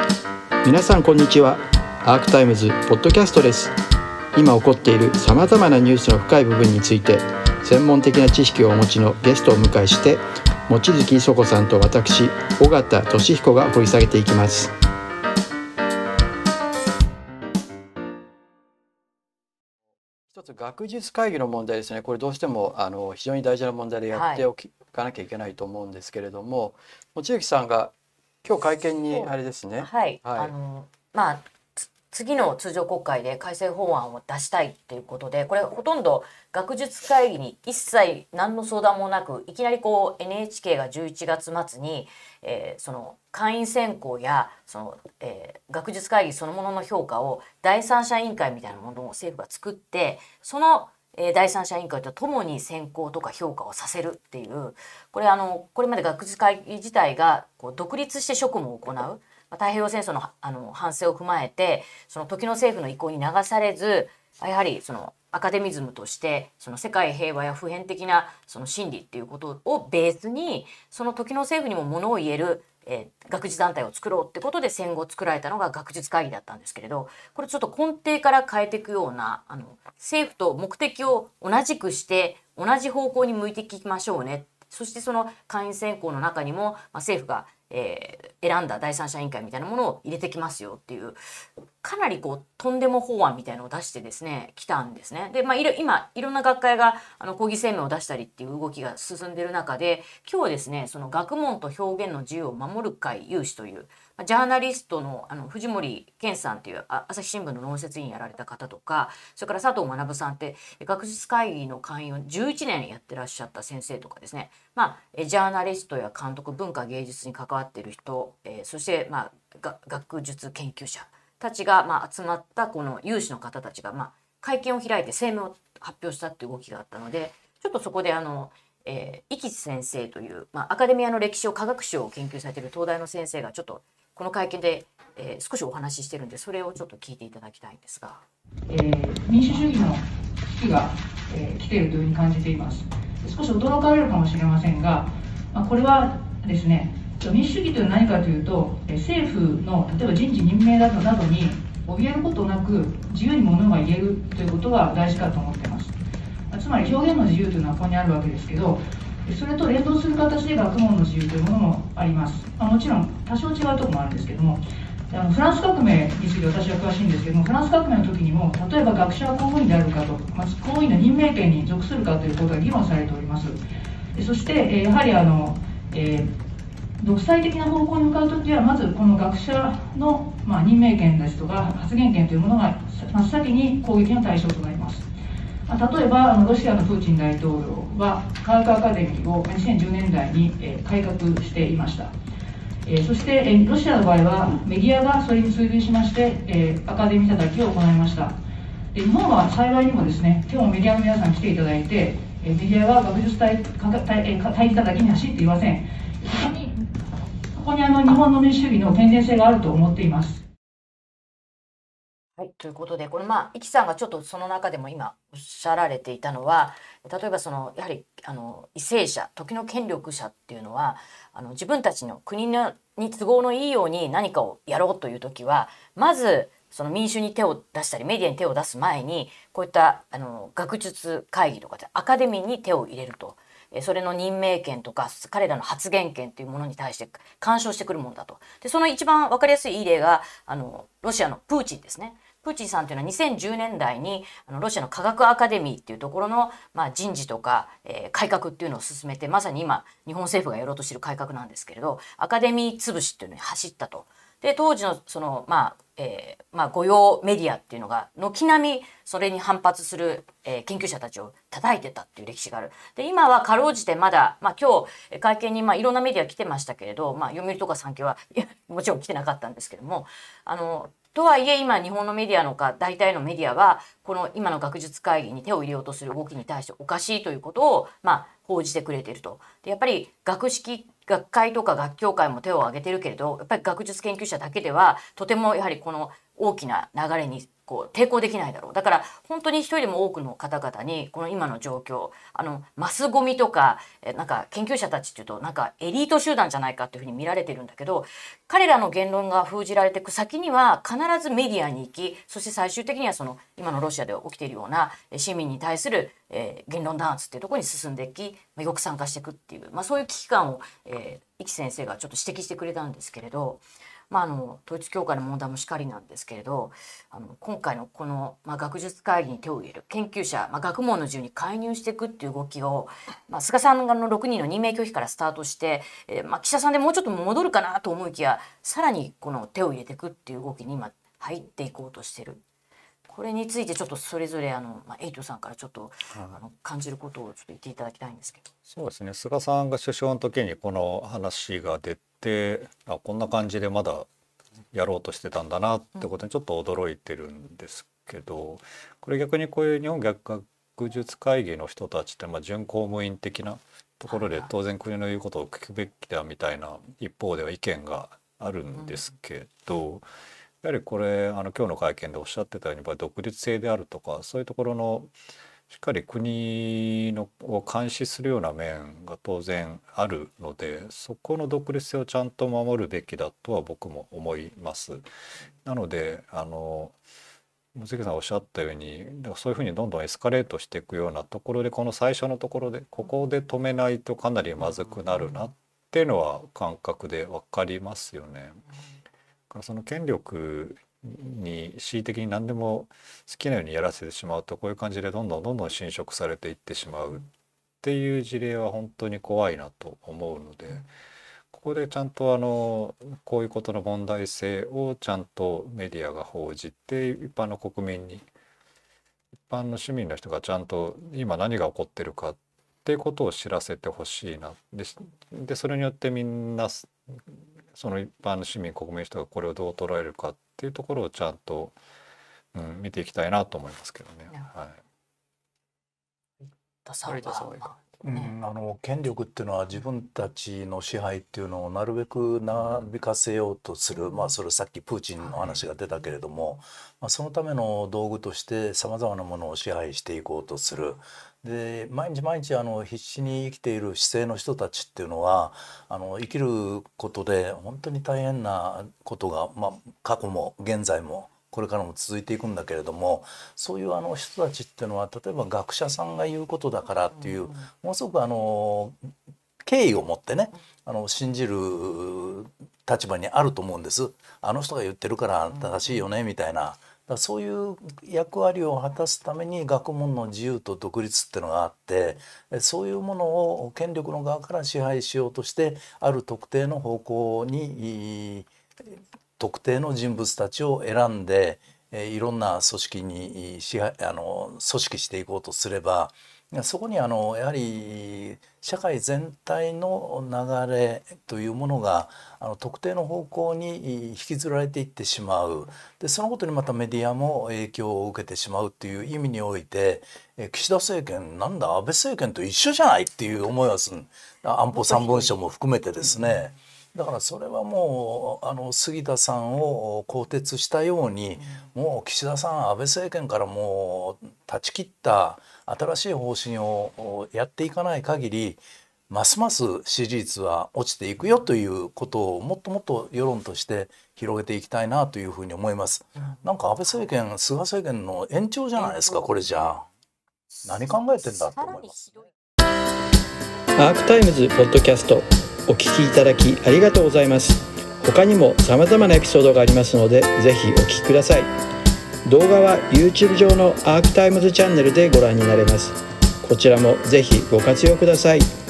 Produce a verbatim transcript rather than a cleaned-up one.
皆さんこんにちは。アークタイムズポッドキャストです。今起こっているさまざまなニュースの深い部分について専門的な知識をお持ちのゲストをお迎えして、望月磯子さんと私尾形俊彦が掘り下げていきます。一つ学術会議の問題ですね。これどうしてもあの非常に大事な問題でやっておき、はい、かなきゃいけないと思うんですけれども、望月さんが今日会見にあれですね。 はい、はい、あのまあ次の通常国会で改正法案を出したいっていうことで、これほとんど学術会議に一切何の相談もなく、いきなりこう エヌエイチケー がじゅういちがつ末に、えー、その会員選考やその、えー、学術会議そのものの評価を第三者委員会みたいなものを政府が作って、そのえー、第三者委員会とともに選考とか評価をさせるっていう、これあのこれまで学術会議自体がこう独立して職務を行う、太平洋戦争 の, あの反省を踏まえて、その時の政府の意向に流されず、やはりそのアカデミズムとしてその世界平和や普遍的なその真理っていうことをベースに、その時の政府にもものを言える、えー、学術団体を作ろうってことで戦後作られたのが学術会議だったんですけれど、これちょっと根底から変えていくような、あの政府と目的を同じくして同じ方向に向いていきましょうね。そしてその会員選考の中にも、まあ、政府がえー、選んだ第三者委員会みたいなものを入れてきますよっていう、かなりこうとんでも法案みたいなのを出してですね来たんですね。で、まあ、いろ今いろんな学会があの抗議声明を出したりっていう動きが進んでいる中で、今日ですね、その学問と表現の自由を守る会有志というジャーナリストの、あの藤森健さんっていう朝日新聞の論説委員やられた方とか、それから佐藤学さんって学術会議の会員をじゅういちねんやってらっしゃった先生とかですね、まあ、ジャーナリストや監督、文化芸術に関わっている人、えー、そして、まあ、学術研究者たちが、まあ、集まったこの有志の方たちが、まあ、会見を開いて声明を発表したっていう動きがあったので、ちょっとそこであのえー、壱岐先生という、まあ、アカデミアの歴史を科学史を研究されている東大の先生がちょっとこの会見で、えー、少しお話ししてるんで、それをちょっと聞いていただきたいんですが、 えー、民主主義の危機が、えー、来ているというふうに感じています。少し驚かれるかもしれませんが、まあ、これはですね、民主主義というのは何かというと、政府の例えば人事任命などなどに怯えることなく自由にものが言えるということが大事かと思っています。つまり表現の自由というのはここにあるわけですけど、それと連動する形で学問の自由というものもあります。まあ、もちろん多少違うところもあるんですけども、あのフランス革命について私は詳しいんですけども、フランス革命の時にも例えば学者は公務員であるかと、まあ、公務員の任命権に属するかということが議論されております。そしてやはりあの、えー、独裁的な方向に向かう時はまずこの学者の、まあ、任命権ですとか発言権というものが真っ先に攻撃の対象となります。例えばロシアのプーチン大統領は科学アカデミーをにせんじゅうねんだいに改革していました。そしてロシアの場合はメディアがそれに追随しましてアカデミー叩きを行いました。日本は幸いにもですね、今日もメディアの皆さん来ていただいて、メディアは学術対対叩きに走っていません。ここに、ここにあの日本の民主主義の健全性があると思っています。 はい、ということで、これまあ壱岐さんがちょっとその中でも今おっしゃられていたのは、例えばそのやはりあの為政者、時の権力者っていうのはあの自分たちの国のに都合のいいように何かをやろうという時は、まずその民主に手を出したりメディアに手を出す前に、こういったあの学術会議とかでアカデミーに手を入れると。それの任命権とか彼らの発言権というものに対して干渉してくるものだと。でその一番分かりやすいいい例があのロシアのプーチンですね。プーチンさんというのはにせんじゅうねんだいにあのロシアの科学アカデミーっていうところの、まあ、人事とか、えー、改革っていうのを進めて、まさに今日本政府がやろうとしている改革なんですけれど、アカデミー潰しっていうのに走ったと。で当時のそのまあえーまあ、御用メディアっていうのが軒並みそれに反発する、えー、研究者たちを叩いてたっていう歴史がある。で今はかろうじてまだ、まあ、今日会見に、まあ、いろんなメディア来てましたけれど、まあ、読売とか産経はもちろん来てなかったんですけども、あのとはいえ今日本のメディアのか大体のメディアはこの今の学術会議に手を入れようとする動きに対しておかしいということを、まあ、報じてくれていると。でやっぱり学識学会とか学協会も手を挙げてるけれど、やっぱり学術研究者だけではとてもやはりこの大きな流れにこう抵抗できないだろう。だから本当に一人でも多くの方々にこの今の状況、あのマスゴミとかえなんか研究者たちっていうとなんかエリート集団じゃないかっていうふうに見られてるんだけど、彼らの言論が封じられていく先には必ずメディアに行き、そして最終的にはその今のロシアで起きているような市民に対する、えー、言論弾圧っていうところに進んでいき、まあ、よく参加していくっていう、まあ、そういう危機感を、えー、壱岐先生がちょっと指摘してくれたんですけれど。まあ、あの統一教会の問題もしかりなんですけれど、あの今回のこの、まあ、学術会議に手を入れる研究者、まあ、学問の自由に介入していくっていう動きを、まあ、菅さんのろくにんの任命拒否からスタートして、えーまあ、岸田さんでもうちょっと戻るかなと思いきや、さらにこの手を入れていくっていう動きに今入っていこうとしてる。これについてちょっとそれぞれあの、まあ、エイトさんからちょっと、はい、あの感じることをちょっと言っていただきたいんですけど。 そうですね、菅さんが首相の時にこの話が出て、あこんな感じでまだやろうとしてたんだなってことにちょっと驚いてるんですけど、これ逆にこういう日本学術会議の人たちってまあ準公務員的なところで当然国の言うことを聞くべきだみたいな一方では意見があるんですけど、やはりこれあの今日の会見でおっしゃってたようにやっぱり独立性であるとかそういうところのしっかり国のを監視するような面が当然あるので、そこの独立性をちゃんと守るべきだとは僕も思います。なのであの関さんおっしゃったようにそういうふうにどんどんエスカレートしていくようなところで、この最初のところでここで止めないとかなりまずくなるなっていうのは感覚で分かりますよね。だからその権力に恣意的に何でも好きなようにやらせてしまうと、こういう感じでどんどんどんどん侵食されていってしまうっていう事例は本当に怖いなと思うので、ここでちゃんとあのこういうことの問題性をちゃんとメディアが報じて、一般の国民に一般の市民の人がちゃんと今何が起こってるかっていうことを知らせてほしいな。で、でそれによってみんなその一般の市民国民の人がこれをどう捉えるかっていうところをちゃんと、うん、見ていきたいなと思いますけどね。はい。 うん、あの権力っていうのは自分たちの支配っていうのをなるべく長引かせようとする、まあそれさっきプーチンの話が出たけれども、まあ、そのための道具としてさまざまなものを支配していこうとする。で毎日毎日あの必死に生きている市井の人たちっていうのはあの生きることで本当に大変なことが、まあ、過去も現在もこれからも続いていくんだけれども、そういうあの人たちっていうのは例えば学者さんが言うことだからっていうものすごくあの敬意を持ってねあの信じる立場にあると思うんです。あの人が言ってるから正しいよねみたいな。だそういう役割を果たすために学問の自由と独立っていうのがあって、そういうものを権力の側から支配しようとしてある特定の方向に特定の人物たちを選んでいろんな組織に支配あの組織していこうとすれば、そこにあのやはり社会全体の流れというものがあの特定の方向に引きずられていってしまう。でそのことにまたメディアも影響を受けてしまうという意味において、岸田政権なんだ安倍政権と一緒じゃないっていう思いはする。安保三文書も含めてですね。だからそれはもうあの杉田さんを更迭したように、もう岸田さん安倍政権からもう断ち切った新しい方針をやっていかない限りますます支持率は落ちていくよということをもっともっと世論として広げていきたいなというふうに思います。なんか安倍政権菅政権の延長じゃないですかこれじゃあ。何考えてんだと思います。 アークタイムズポッドキャストお聞きいただきありがとうございます。他にも様々なエピソードがありますのでぜひお聞きください。動画は YouTube 上のアークタイムズチャンネルでご覧になれます。こちらもぜひご活用ください。